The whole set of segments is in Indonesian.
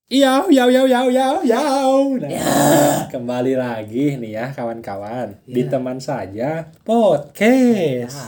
Nah, kembali lagi nih ya kawan-kawan di Teman Saja Podcast.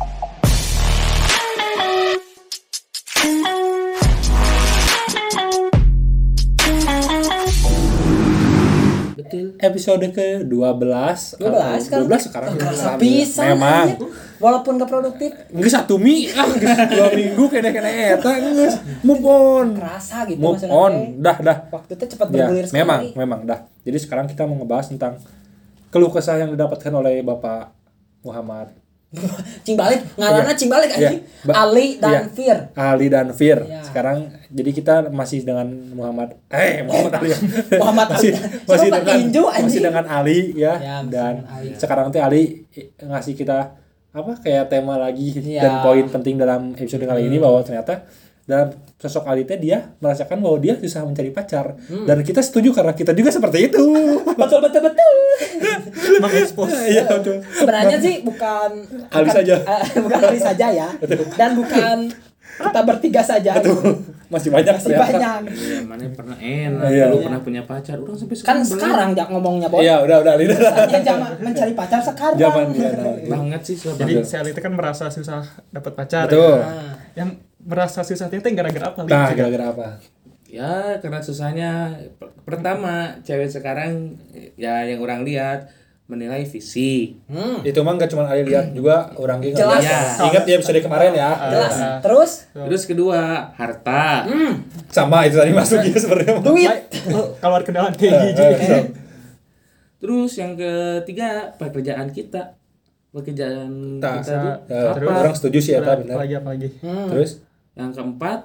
Betul. Episode ke-12 kan 12 sekarang kerasa pisan memang anjir. Walaupun gak produktif geus 1 minggu 2 minggu kene eta geus move on kerasa gitu move maksudnya on teh. dah Waktu itu cepat ya, bergulir sekali. memang dah. Jadi sekarang kita mau ngebahas tentang keluh kesah yang didapatkan oleh Bapak Muhammad Cing balik, ngaranna cing balik anjing. Ali dan Fir. Ali dan Fir. Iya. Sekarang jadi kita masih dengan Muhammad Ali. Muhammad masih Siapa dengan tinju, anjing? masih dengan Ali ya, Ya, dan Ali. sekarang tuh Ali ngasih kita apa kayak tema lagi Iya. dan poin penting dalam episode kali ini bahwa ternyata dalam sosok Ali teh dia merasakan bahwa dia susah mencari pacar dan kita setuju karena kita juga seperti itu. Betul. Mengekspos. Iya betul. Sebenarnya sih bukan Ali saja. bukan Ali saja ya. Dan bukan kita bertiga saja. Masih banyak Masih ternyata. banyak. Iya, mana pernah enak, Iya. dulu pernah punya pacar, orang sampai Kan belum. sekarang jak ngomongnya Bos. Iya, udah Ali. Misalnya jangan mencari pacar sekarang. Zaman dia. banget sih sobat. Jadi si Ali itu kan merasa susah dapat pacar. Betul. Ya. Nah, Yang merasa susah itu gara-gara apa? Nah, gara-gara apa? Ya karena susahnya pertama cewek sekarang ya yang orang lihat menilai fisik. Itu mah nggak cuma Ali lihat juga orang juga Jelas. ngeliat. Ingat ya episode kemarin ya. jelas. Terus Terus kedua harta. Sama itu tadi masuk ya sebenarnya. duit. Keluar ke dalam kayak gitu. Terus yang ketiga pekerjaan kita. Pekerjaan Tak, kita tuh ya, apa? orang setuju sih ya benar. Apalagi. Terus Yang keempat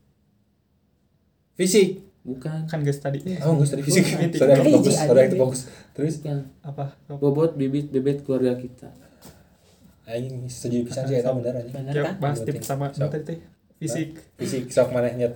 fisik. bukan Kan guys tadi. Oh, enggak tadi fisik. Fisik. Sorry, Kayak bagus. hiji Sorry, aja. itu bagus. Terus bukan. Apa? Bobot bibit keluarga kita. aing setuju pisan sih eta bener anjing. Bener Ya, kan? bahas Penting. tips sama So. tadi fisik. Fisik sok maneh nyet.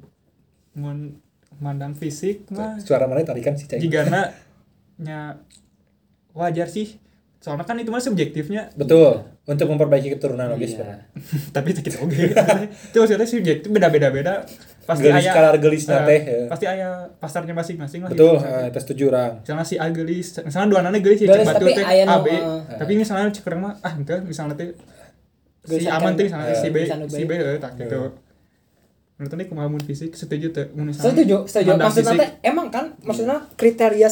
Mun mandang fisik mah Suara maneh tarikan sih cai. jigana nya wajar sih. Soalnya kan itu mah subjektifnya. Betul. Untuk memperbaiki keturunan oke Iya. sebenarnya. Tapi sakit oge. Itu maksudnya subjektif beda-beda. Pasti Gelis aya kalar gelisna teh. pasti aya pasarnya masing-masing lah. Betul, gitu. eta setuju orang. Misalnya si A gelis, misalnya dua nana gelis ya Gelis, cek batu tapi teh aya A nu, B. Tapi misalnya cek urang mah enggak misalnya teh si Gelis aman teh akan, misalnya si B bisa nu B. si B tak gitu. Menurut ini kumaha mun fisik setuju teh mun misalnya Setuju. mandang Maksudnya fisik. teh emang kan maksudnya kriteria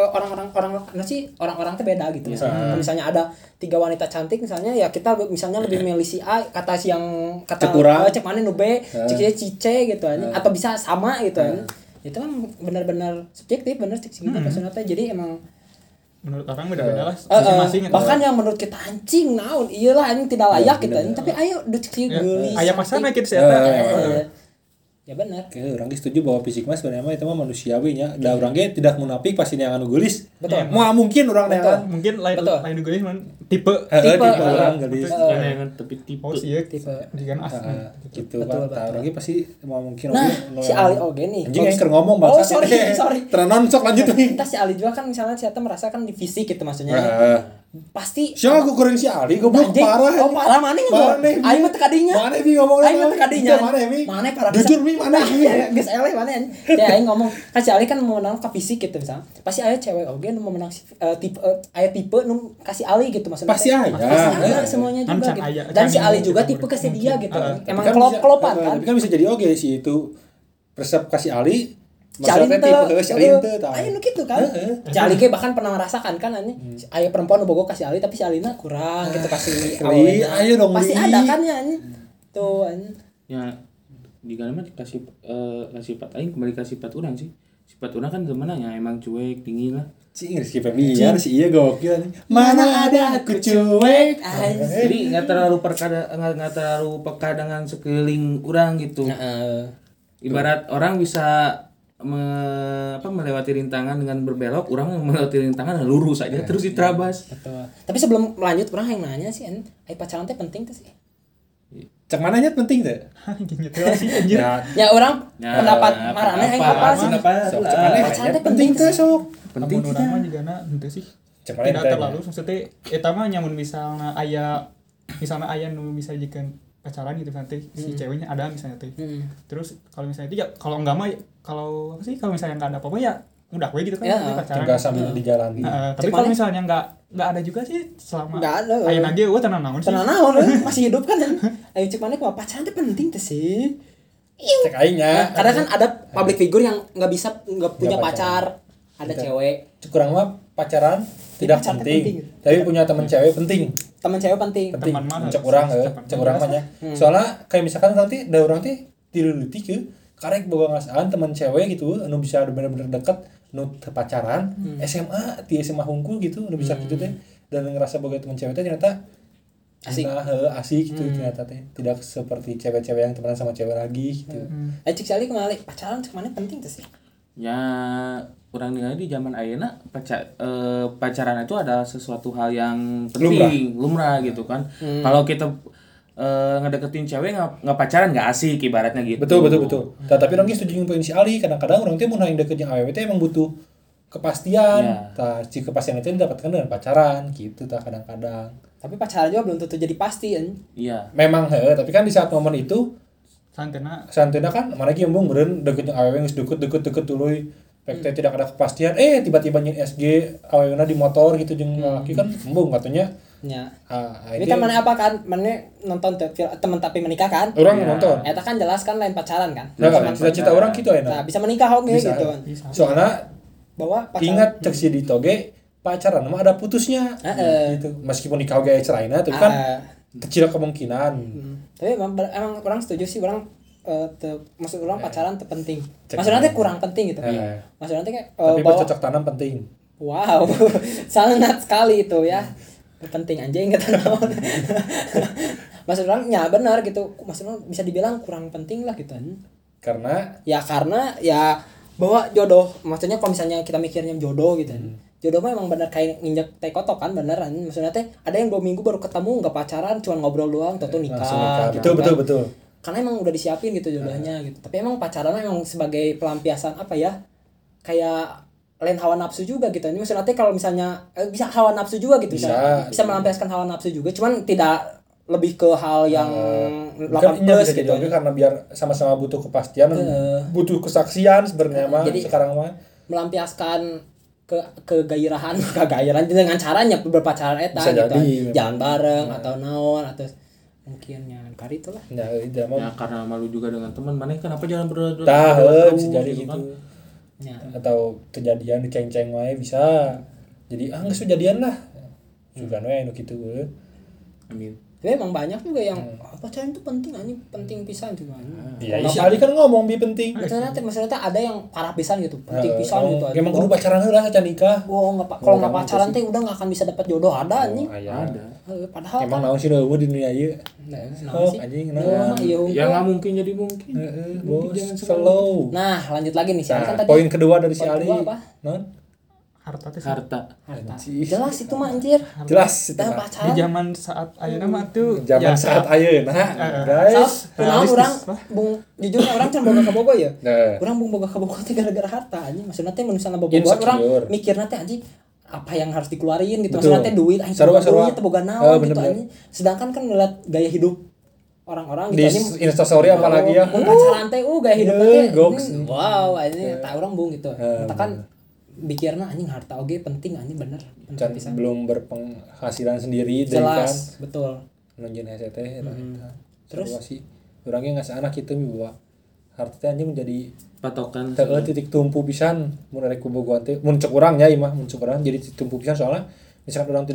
orang-orang teh beda gitu misalnya. Misalnya ada 3 wanita cantik misalnya ya kita misalnya lebih milih si A kata si yang kata Cek urang. cek mana nu B, cek dia si C gitu kan. Atau bisa sama gitu kan. Itu kan benar-benar subjektif bener cek gitu maksudnya teh. Jadi emang Menurut orang beda-beda lah masing-masing masing-masing. bahkan yang menurut kita anjing naon iyalah anjing tidak layak gitu bener. tapi ayo udah cek gelis. Aya pasarna cantik. kitu saya Ya benar. Oke, orang ge setuju bahwa fisik mah sebenarnya mah itu mah manusiawi nya. Da urang ge tidak munafik pasti yang anu geulis. Betul. Moal mungkin urang neangan. Mungkin lain Betul. lain gelis man tipe Tipe Tipe, orang geulis. Bukan yang tapi tipe. oh sih ya Tipe. jika Gitu Betul, kan. Tah urang ge pasti mau mungkin Nah, oge. si Ali oge nih. Anjing yang keur ngomong Oh, bangsa. sorry. Terenon sok lanjut nih. Entah si Ali juga kan misalnya si Eta merasakan di fisik gitu maksudnya. Heeh. Pasti Siapa aku kurang si Ali goblok Anjing. parah. Oh, parah mana nih? Maneh, Mi. Aing mah teu kadinya. Maneh bi ngomong. Aing mah teu kadinya. Maneh mi. Mana parah Jujur mi maneh mi. Geus eleh mana anjing. Ya aing ngomong kan si Ali kan mau menang ke fisik gitu misalnya. Pasti aya cewek oge nu mau menang tipe aya tipe nu kasih Ali gitu maksudnya. Pasti aya. Pasti ada semuanya Kan juga can gitu. aya, Dan can si Ali ini juga gitu, tipe kasih dia mungkin. gitu. Tapi Emang Kan bisa- kelop-kelopan kan. Tapi kan bisa jadi oge si itu resep kasih Ali. Si Ali Maksudnya tipe si Ali teh tah. Ayo nu kitu kan. Si Ali ge bahkan pernah merasakan kan anjing. Aya perempuan nu bogo kasih Ali tapi si Alina kurang gitu kasih Li, awalnya. ayo dong, Pasti Li. ada kan ya anjing. Tuh anjing. Ya jika mah dikasih sifat aing kembali ke sifat orang sih. Sifat orang kan gimana ya emang cuek dingin lah. Si Rizky Febian si iya gokil nih. Mana ada aku cuek. Jadi nggak terlalu peka dengan sekeliling orang gitu. Heeh. Ibarat orang bisa melewati rintangan dengan berbelok, orang yang melewati rintangan lurus aja terus diterabas. Betul. Tapi sebelum lanjut orang yang nanya sih, ai pacaran teh penting tuh sih. Cek mana nyet penting teh? anjing gitu sih anjir. Ya, Ya orang Ya, pendapat marane aing apa sih? sok cek mana Pacaran teh penting teh sok. Penting Lamun urang mah jigana henteu sih. Cek mana Tidak terlalu maksudnya eta mah nyamun misalnya aya nu bisa jikeun pacaran gitu nanti si ceweknya ada misalnya tuh. Mm. Terus kalau misalnya itu ya kalau enggak mah kalau apa sih kalau misalnya enggak ada apa-apa ya udah gue gitu kan Ya, nanti pacaran. Enggak sambil dijalani. Tapi Cek kalau mana? misalnya enggak ada juga sih selama Nggak ada, aya lagi tenang naon sih. Tenang naon masih hidup kan. Ayo cek mana kok pacaran itu penting tuh sih. Cek aing nya. Karena kan ada public figure yang nggak punya Nggak pacar. Ada Gitu. cewek. Kurang mah pacaran tidak pacaran penting. penting. Tapi punya teman cewek penting. Teman cewek penting. Penting. Teman mah Cek urang cek urang mah nya. Soalnya kayak misalkan nanti da urang teh dileutik ke karek boga ngasaan teman cewek gitu anu bisa bener-bener deket anu teu pacaran SMA di SMA hungkul gitu anu bisa gitu teh dan ngerasa boga teman cewek teh ternyata Asik. Nah, asik gitu ternyata teh tidak seperti cewek-cewek yang temenan sama cewek lagi gitu. Cek sekali kembali pacaran cek mana penting tuh sih. Ya orang dengar di zaman ayeuna pacaran itu ada sesuatu hal yang penting, lumrah gitu kan. Kalau kita ngedeketin cewek nggak pacaran nggak asik ibaratnya gitu. Betul. Tapi orang ge setuju jeung poin si Ali, kadang-kadang orang teh mun hayang deket jeung awewe teh emang butuh kepastian. Ya. Tah, si kepastian itu didapatkan dengan pacaran gitu tah kadang-kadang. Tapi pacaran juga belum tentu jadi pasti kan. Iya. Memang tapi kan di saat momen itu santeuna kan mana ge embung beureun deket jeung awewe geus deket tuluy. Pek teh tidak ada kepastian, tiba-tiba nyeun SG aweuna di motor gitu jeung laki kan embung katanya. Ya. Ini Ini kan mana apa kan? Mana nonton teman tapi menikah kan? orang Ya. nonton. Eta kan jelas kan lain pacaran kan. Nah, kan cita-cita orang gitu Nah, enak. bisa menikah oke Bisa. gitu kan. Soalnya Bahwa pacaran. ingat cek si Dito ge pacaran mah ada putusnya. Gitu. Meskipun nikah ge ceraina tapi kan kecil kemungkinan. Tapi emang orang setuju sih orang maksud orang pacaran itu penting. Maksudnya teh kurang penting gitu. Maksudnya teh kayak Tapi bahwa bercocok tanam penting. wow, sangat sekali itu ya. Penting anjing kata naon. Maksud orang ya benar gitu. Maksudnya bisa dibilang kurang penting lah gitu kan. Karena Karena bahwa jodoh, maksudnya kalau misalnya kita mikirnya jodoh gitu kan. Jodoh mah emang bener kayak nginjek teh kotok kan beneran. Maksudnya teh ada yang 2 minggu baru ketemu nggak pacaran, cuma ngobrol doang, tahu nikah. langsung nikah. Gitu kan. Betul. Karena emang udah disiapin gitu jodohnya gitu. Tapi emang pacaran emang sebagai pelampiasan apa ya? Kayak lain hawa nafsu juga gitu. Ini maksudnya kalau misalnya bisa hawa nafsu juga gitu. Bisa melampiaskan hawa nafsu juga. Cuman tidak lebih ke hal yang 8 plus gitu. Tapi karena biar sama-sama butuh kepastian, butuh kesaksian sebenarnya mah Jadi- sekarang mah. Melampiaskan kegairahan dengan caranya berpacaran eta Bisa gitu. jadi, Jalan bareng atau naon atau mungkin yang kari itu lah. Ya, itu mah Ya karena malu juga dengan teman, mana kenapa jalan berdua bisa jadi gitu. kan? Ya. Atau kejadian diceng-ceng wae bisa. Jadi geus kejadian lah. Juga we anu kitu. Amin. Tapi emang banyak juga yang pacaran itu penting anjing, penting pisan juga. Iya, si Ali kan ngomong bi penting. Maksudnya ada yang parah pisan gitu, penting pisan gitu. Emang kudu pacaran heula saca nikah. Kalau nggak pacaran teh udah nggak akan bisa dapat jodoh ada anjing. Ada. Padahal Emang naon sih eueuh di dunia ieu? naon sih? Anjing Iya, naon. iya, Ya nggak mungkin jadi mungkin. Bos, slow. Nah, lanjut lagi nih. Si Ali kan Nah, tadi poin kedua dari si poin Ali. kedua apa? Non? harta teh Harta. Harta. Jelas itu mah anjir. Jelas itu. Kita Mah. di pacaran. zaman saat ayeuna mah tuh Zaman saat ayeuna, guys. Kenal orang jujurnya orang can boga kabogo ya. Nah. Orang boga kabogo teh gara-gara harta anjing. Maksudnya teh manusia boga Insecure. orang mikirna teh anjing apa yang harus dikeluarin gitu. Betul. Maksudnya teh duit anjing Sarua. duit teh boga naon gitu bener-bener. anjing. Sedangkan kan ngeliat gaya hidup orang-orang Di gitu Instastory apalagi ya. Mun pacaran teh gaya hidupnya teh goks. wow anjing tak urang bung gitu. Kita kan mikirna anjing harta oge penting anjing bener. Can belum berpenghasilan sendiri dari kan Jelas, betul. nunjun hese teh eta. Terus? Sarua sih urangnya ngas anak kitu bahwa harta teh anjing menjadi Patokan. titik tumpu pisan mun rek kubogoan teh mun cek urang nya imah mun cek urang jadi titik tumpu pisan soalnya misalkan orang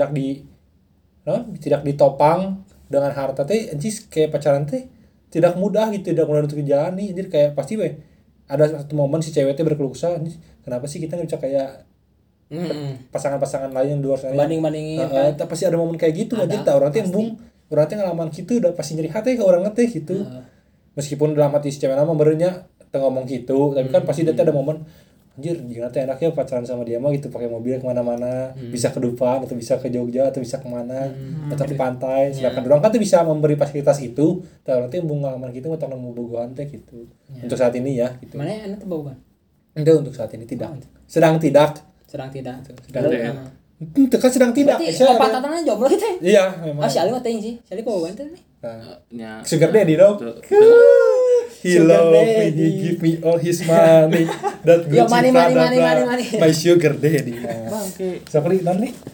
tidak ditopang dengan harta teh anjing kayak pacaran teh tidak mudah gitu, tidak mudah untuk dijalani. Jadi kayak pasti we ada satu momen si cewek teh berkeluh kesah, kenapa sih kita nggak bisa kayak pasangan-pasangan lain yang di luar sana Banding-bandingin kan. pasti ada momen kayak gitu aja tak orang teh embung orang teh ngalaman gitu udah pasti nyeri hati ke orang teh gitu meskipun dalam hati si cewek nama berenya teh ngomong gitu tapi kan pasti dia teh ada momen anjir gimana teh enaknya pacaran sama dia mah gitu pakai mobil kemana-mana bisa ke Dufan atau bisa ke Jogja atau bisa kemana atau ke pantai sedangkan orang kan tuh bisa memberi fasilitas itu tak orang teh embung ngalaman gitu atau nemu bogohan teh gitu untuk saat ini ya gitu Mana enak tuh bau kan? itu untuk saat ini tidak sedang tidak Sedang tidak. sedang LDR. itu kan sedang tidak Berarti Saya opat ada- tatangan jomblo gitu ya? iya memang Ah, si Ali mah teuing sih. Si Ali bau kan teh nih. nya Sugar daddy dong. He Sugar love me, daddy. he give me all his money. That Yo, Gucci money. Prada, my sugar daddy. bangke. Seperti non nih.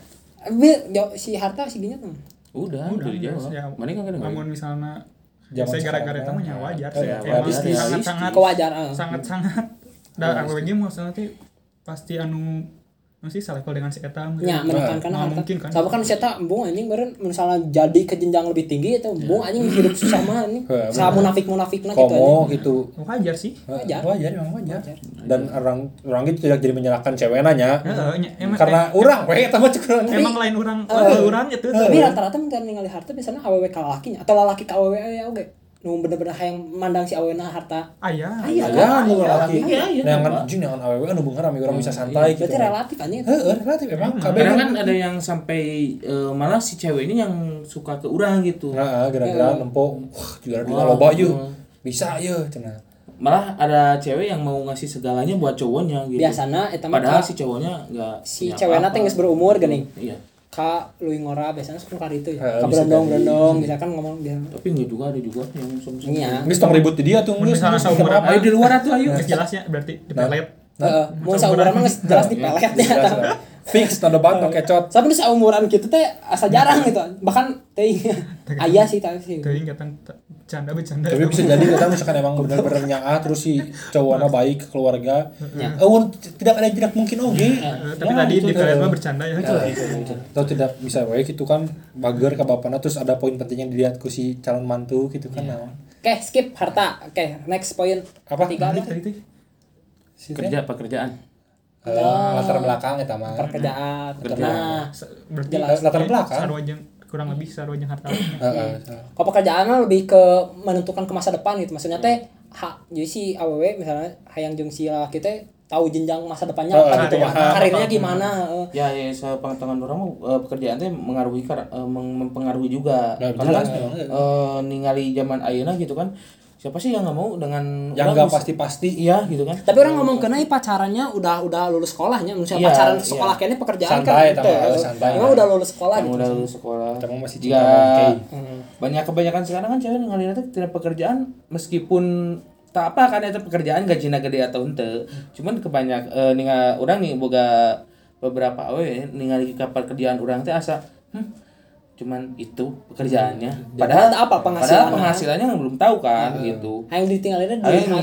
Si Harta si Ginya tuh. Udah dijawab. ya. Mana kan kadang. Namun misalnya Zaman saya gara-gara itu sekarang. mah wajar Oh, sih. ya, Emang realistis. sangat-sangat Kewajaran. sangat-sangat dan AWG maksudnya teh pasti anu masih selevel dengan si eta Ya, menekankan Nah, harta. mungkin kan. Sama kan saya embung anjing beureun misalnya jadi ke jenjang lebih tinggi itu embung anjing hidup susah mah anjing. Heeh, Sama munafik-munafikna gitu Komo anjing. gitu. wajar sih. Wajar. Wajar memang wajar. Dan orang itu tidak jadi menyalahkan cewek nanya. Emang Karena orang we eta mah cek urang. emang lain orang itu Tapi rata-rata mun ningali harta biasanya awewe ka lakinya atau lalaki ka awewe aya oge. Nu bener-bener hayang mandang si awewna harta. aya. Aya Ya, nu laki. Iya. Nangan anjing nangan awewe anu beunghar ame urang bisa santai gitu. Berarti relatif anjing. Heeh, relatif memang kabeh Kadang kan ada yang sampai malah si cewek ini yang suka ke urang gitu. Nah, gara-gara nempo wah juga dina loba yeuh. Bisa yeuh cenah. Malah ada cewek yang mau ngasih segalanya buat cowoknya gitu. Biasana eta mah Padahal si cowoknya enggak si cewekna teh geus berumur geuning. Iya. Ka leuwih ngora biasanya suka kali itu ya. Heeh, Ka bisa berondong-berondong misalkan ngomong dia. Tapi enggak juga ada juga yang sama-sama. Iya. Geus tong ribut di dia tuh geus. Misalnya seumuran Kenapa? Ayo di luar atuh ayo. Geus jelasnya berarti di pelet. Heeh, mun saumuran mah geus jelas di pelet ya. Jelas lah. Fix tanda debat no kecot. Tapi saumuran kitu teh asa jarang gitu. Bahkan teuing aya sih tapi Teuing katang bercanda. Tapi bisa jadi kita misalkan emang benar-benar nyaah terus si cowoknya baik ke keluarga. Ya. Tidak ada yang tidak mungkin oge. Tapi tadi di pelet mah bercanda ya. Atau tidak bisa we gitu kan bager ke bapakna terus ada poin penting yang dilihat ku si calon mantu gitu kan naon. Oke, skip harta. Oke, next point. Apa? Tiga apa? Tadi teh Si Pekerjaan. latar belakang eta mah. Pekerjaan. Kerjaan. Nah, berarti Jelas. Latar belakang. sarua kurang lebih sarua jeung harta. Heeh. kalau pekerjaan mah lebih ke menentukan ke masa depan gitu. Maksudnya teh jadi si awewe misalnya hayang jeung si laki teh tahu jenjang masa depannya apa gitu. Karirnya gimana. Ya, sepengetahuan orang pekerjaan teh mempengaruhi juga. Nah, Karena jelas kan memang. ningali zaman ayeuna gitu kan. Siapa sih yang enggak mau dengan Yang orang enggak pasti-pasti. Iya gitu kan. Tapi orang ngomong kena pacarannya udah lulus sekolahnya, misalnya Iya, pacaran iya. sekolah kayaknya pekerjaan Santai, kan tambah santai. Emang udah lulus sekolah Yang gitu. udah lulus sekolah. Kita mah masih Jika cinta bangkei. banyak kebanyakan sekarang kan cewek ngalih nanti tidak pekerjaan meskipun tak apa kan itu pekerjaan gajinya gede atau ente. Cuman orang nih boga beberapa awe ningali ka pekerjaan orang teh asa cuman itu pekerjaannya. Padahal apa penghasilan? Padahal penghasilannya belum tahu kan gitu. Yang ditinggalinnya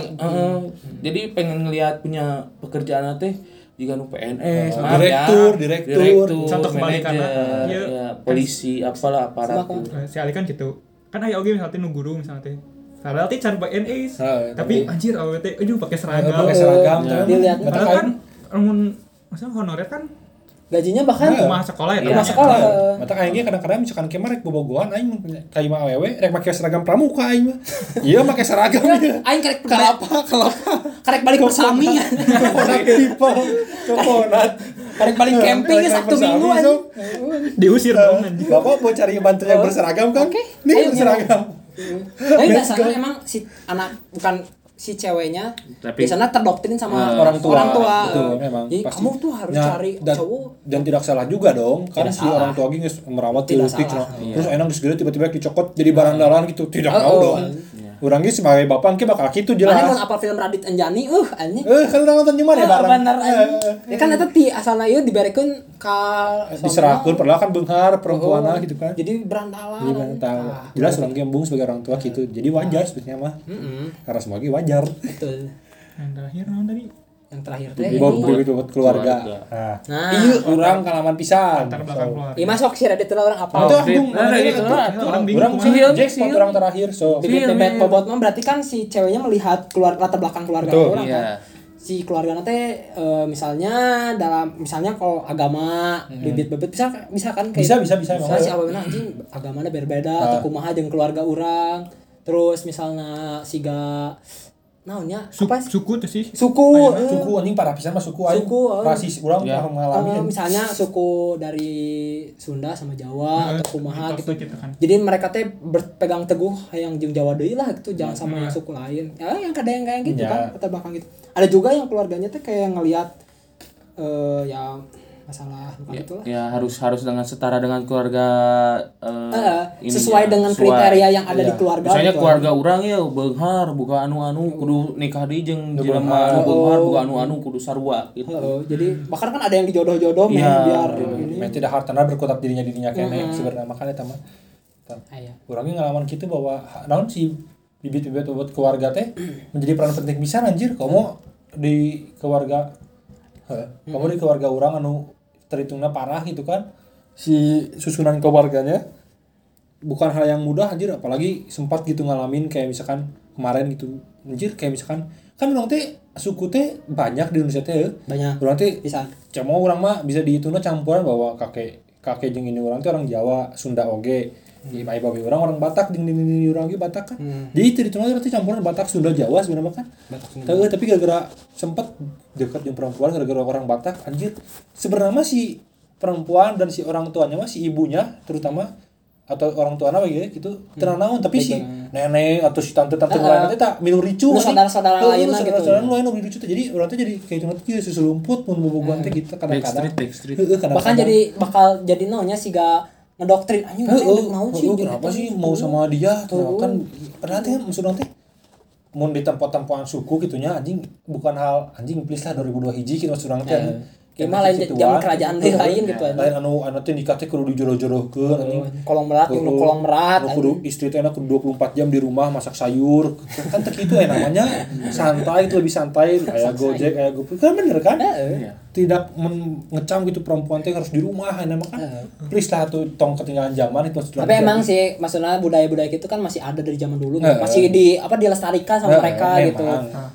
Jadi pengen ngelihat punya pekerjaan teh jika nu PNS, direktur. Contoh kebalikanna. manajer, Iya. ya, polisi, apalah aparat. Si Ali kan gitu. Kan aya oge misalnya nu guru misalnya teh. Padahal teh can PNS. Tapi anjir awewe teh aduh pakai seragam. Pakai seragam Ya. kan. Dilihat. Padahal kan mun masa honorer kan gajinya bahkan kumaha sekolah ya. rumah sekolah. Mata aing kadang-kadang misalkan kieu mah rek bobogohan aing kayak mah awewe rek make seragam pramuka aing mah. Iya make seragam ieu. Aing karek Kalapa. karek balik persami. Coconut people. Coconut. Karek balik camping ya Sabtu Minggu anjing. Diusir dong anjing. Bapak mau cari bantu yang berseragam kan? Oke. Nih Ayo, berseragam. Tapi biasanya emang si anak bukan si ceweknya Tapi- biasanya terdoktrin sama Orang tua. Orang tua. Betul, memang. Jadi Pasti. kamu tuh harus Ya, cari dan, cowok. dan tidak salah juga dong kan Tidak si salah. orang tua geus merawat Tidak leutik salah. terus enak geus gede tiba-tiba dicokot jadi barandalan gitu tidak mau dong urang ge sebagai bapak ge bakal kitu Mana jelas mau apa film Radit Anjani anjing. kan nonton cuman ya barang Bener anjing. Ya kan eta ti asalna ieu diberekeun ka diserahkeun padahal kan beunghar perempuanna gitu kan Jadi berandalan. jadi mana tahu jelas orang ge embung sebagai orang tua gitu jadi wajar sebetulnya mah karena semua ge wajar Betul. Yang terakhir naon tadi? Yang terakhir teh Bob ini. buat keluarga Nah. iya urang kalaman pisan Latar belakang keluarga. Iya masuk si Radit teh orang apa? Itu Nah, Bung, mana gitu itu? lah. Orang bingung Orang kumaha. Film, Jack spot film. orang terakhir so. Bebet bobot mah berarti kan si ceweknya melihat latar belakang keluarga Betul. orang Iya. kan. Si keluarga teh misalnya misalnya kalau agama bibit-bibit bisa kan kayak Bisa, misalnya si awalnya anjing agamanya berbeda atau kumaha jeung keluarga orang. Terus misalnya siga naonnya apa sih? Suku tuh sih. Suku Suku anjing parah pisan mah suku aing. Suku, Rasis urang Ya. pernah mengalami. misalnya suku dari Sunda sama Jawa atau kumaha Mitos gitu. gitu kan. Jadi mereka teh berpegang teguh yang jeung Jawa deui lah gitu, jangan sama yang suku lain. Ya yang kadang yang kayak gitu Ya. kan, latar belakang gitu. Ada juga yang keluarganya teh kayak ngelihat ya masalah ya, gitu lah. ya harus dengan setara dengan keluarga sesuai dengan kriteria yang ada di keluarga. Misalnya gitu keluarga orang ya beunghar boga anu kudu nikah deui jeung jelema beunghar boga anu kudu sarua gitu. Jadi bahkan kan ada yang dijodoh-jodoh biar ini. Tidak hartana berkutat dirinya kene sebenarnya makanya tama. Orangnya ngalaman gitu bahwa naon si bibit-bibit buat keluarga teh menjadi peran penting pisan anjir. Kamu di keluarga orang anu terhitungnya parah gitu kan. Si susunan keluarganya bukan hal yang mudah anjir, apalagi sempat gitu ngalamin kayak misalkan kemarin gitu. Anjir kayak misalkan kan orang teh suku teh banyak di Indonesia teh. Banyak. Orang teh bisa. Cuma orang mah bisa dihitungna campuran bahwa kakek jeung ini orang teh orang Jawa, Sunda oge. Ibu babi orang Batak jeung ini orang ge Batak kan. Jadi itu ditunggu berarti campuran Batak, Sunda, Jawa sebenarnya kan. Tapi gara-gara sempat dekat jeung perempuan gara-gara orang Batak anjir. Sebenarnya si perempuan dan si orang tuanya mah si ibunya terutama atau orang tuanya gitu tenanaon tapi si nenek atau si tante-tante lain teh tak milu ricu saudara-saudara lainna gitu. Saudara lain milu ricu jadi orang teh jadi kayak itu susu lumput mun bobogohan teh gitu kadang-kadang. Bahkan bakal jadi naonnya siga ngedoktrin anjing mau sih kenapa sih mau sama dia kan padahal teh maksudna teh mun di tempat-tempat suku gitunya anjing bukan hal anjing please lah 2002 hiji gitu maksudna teh gimana lain zaman kerajaan lain gitu lain anu teh nikah teh kudu dijoroh-jorohkeun anjing kolong merat kudu istri teh kudu 24 jam di rumah masak sayur kan teh kitu namanya santai itu lebih santai aya Gojek aya GoFood kan bener kan tidak ngecam gitu perempuan teh harus di rumah enak kan please lah tuh tong ketinggalan zaman itu tapi emang sih maksudnya budaya-budaya gitu kan masih ada dari zaman dulu masih dilestarikan sama mereka gitu.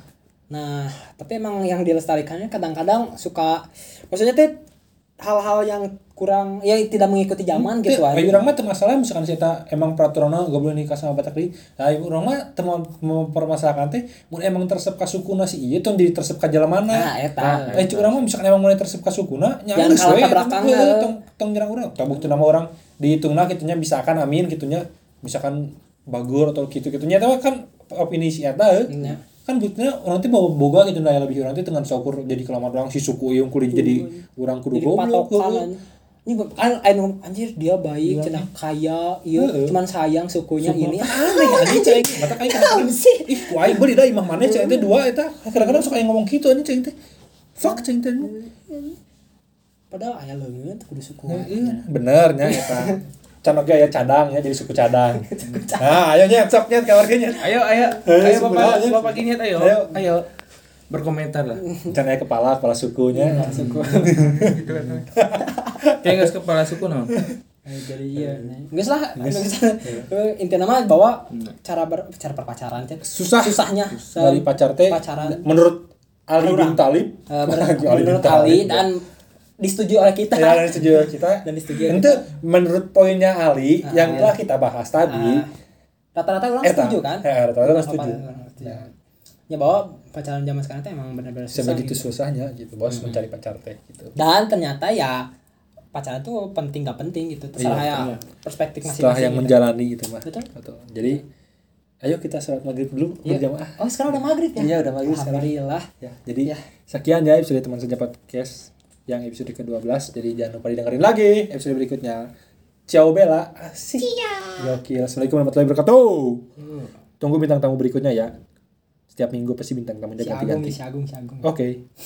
Nah, tapi emang yang dilestarikannya kadang-kadang suka maksudnya teh hal-hal yang kurang ya tidak mengikuti zaman gitu aja. Urang mah teu masalah misalkan kita emang peraturanna enggak boleh nikah sama Batak deui. Nah, urang mah teu mempermasalahkan teh mun emang tersep ka sukuna si ieu tong jadi tersep ka jalemana. Nah, eta. Urang mah misalkan emang mulai tersep ka sukuna nya geus we tong nyerang urang. Kabukti nama orang dihitungna kitunya misalkan amin kitunya misalkan bagur atau kitu-kitunya eta kan opini si eta kan butnya orang teh bawa boga gitu nah lebih orang teh dengan syukur jadi kelamaan orang si suku yang kulit jadi orang kudu goblok ini kan anjir dia baik cenah kaya ieu cuman sayang sukunya ini aneh anjing cai mata kayak ih kuai beuh da imah maneh cai teh dua eta kadang-kadang suka ngomong kitu anjing cai teh fuck cai teh padahal aya leungeun kudu suku bener nya eta can oge aya cadang ya jadi suku cadang. Nah, ayo nya sok nya keluarganya. Ayo Bapak gini ayo berkomentar lah. Can aya kepala sukunya. Suku. Gitu kan. Kayak geus kepala suku naon. Jadi iya. Geus lah. Intinya mah bahwa cara berpacaran teh susahnya dari pacar teh menurut Ali bin Thalib. Menurut Ali dan disetujui oleh kita. Ya, disetujui oleh kita. Dan disetujui. Itu menurut poinnya Ali yang telah kita bahas tadi. Rata-rata orang setuju kan? Rata-rata orang setuju. Ya bahwa pacaran zaman sekarang itu emang benar-benar susah. Sebegitu susahnya gitu, bos mencari pacar teh gitu. Dan ternyata ya pacaran itu penting gak penting gitu. Terserah ya perspektif masing-masing. Setelah yang menjalani gitu mah. Betul. Jadi ayo kita sholat maghrib dulu berjamaah. Oh sekarang udah maghrib ya? Iya udah maghrib sekarang. Alhamdulillah. Ya, jadi sekian ya episode teman saja podcast yang episode ke-12. Jadi jangan lupa didengerin lagi episode berikutnya. Ciao Bella. Gokil. Assalamualaikum warahmatullahi wabarakatuh. Tunggu bintang tamu berikutnya ya. Setiap minggu pasti bintang tamunya ganti-ganti. Si Agung. Oke.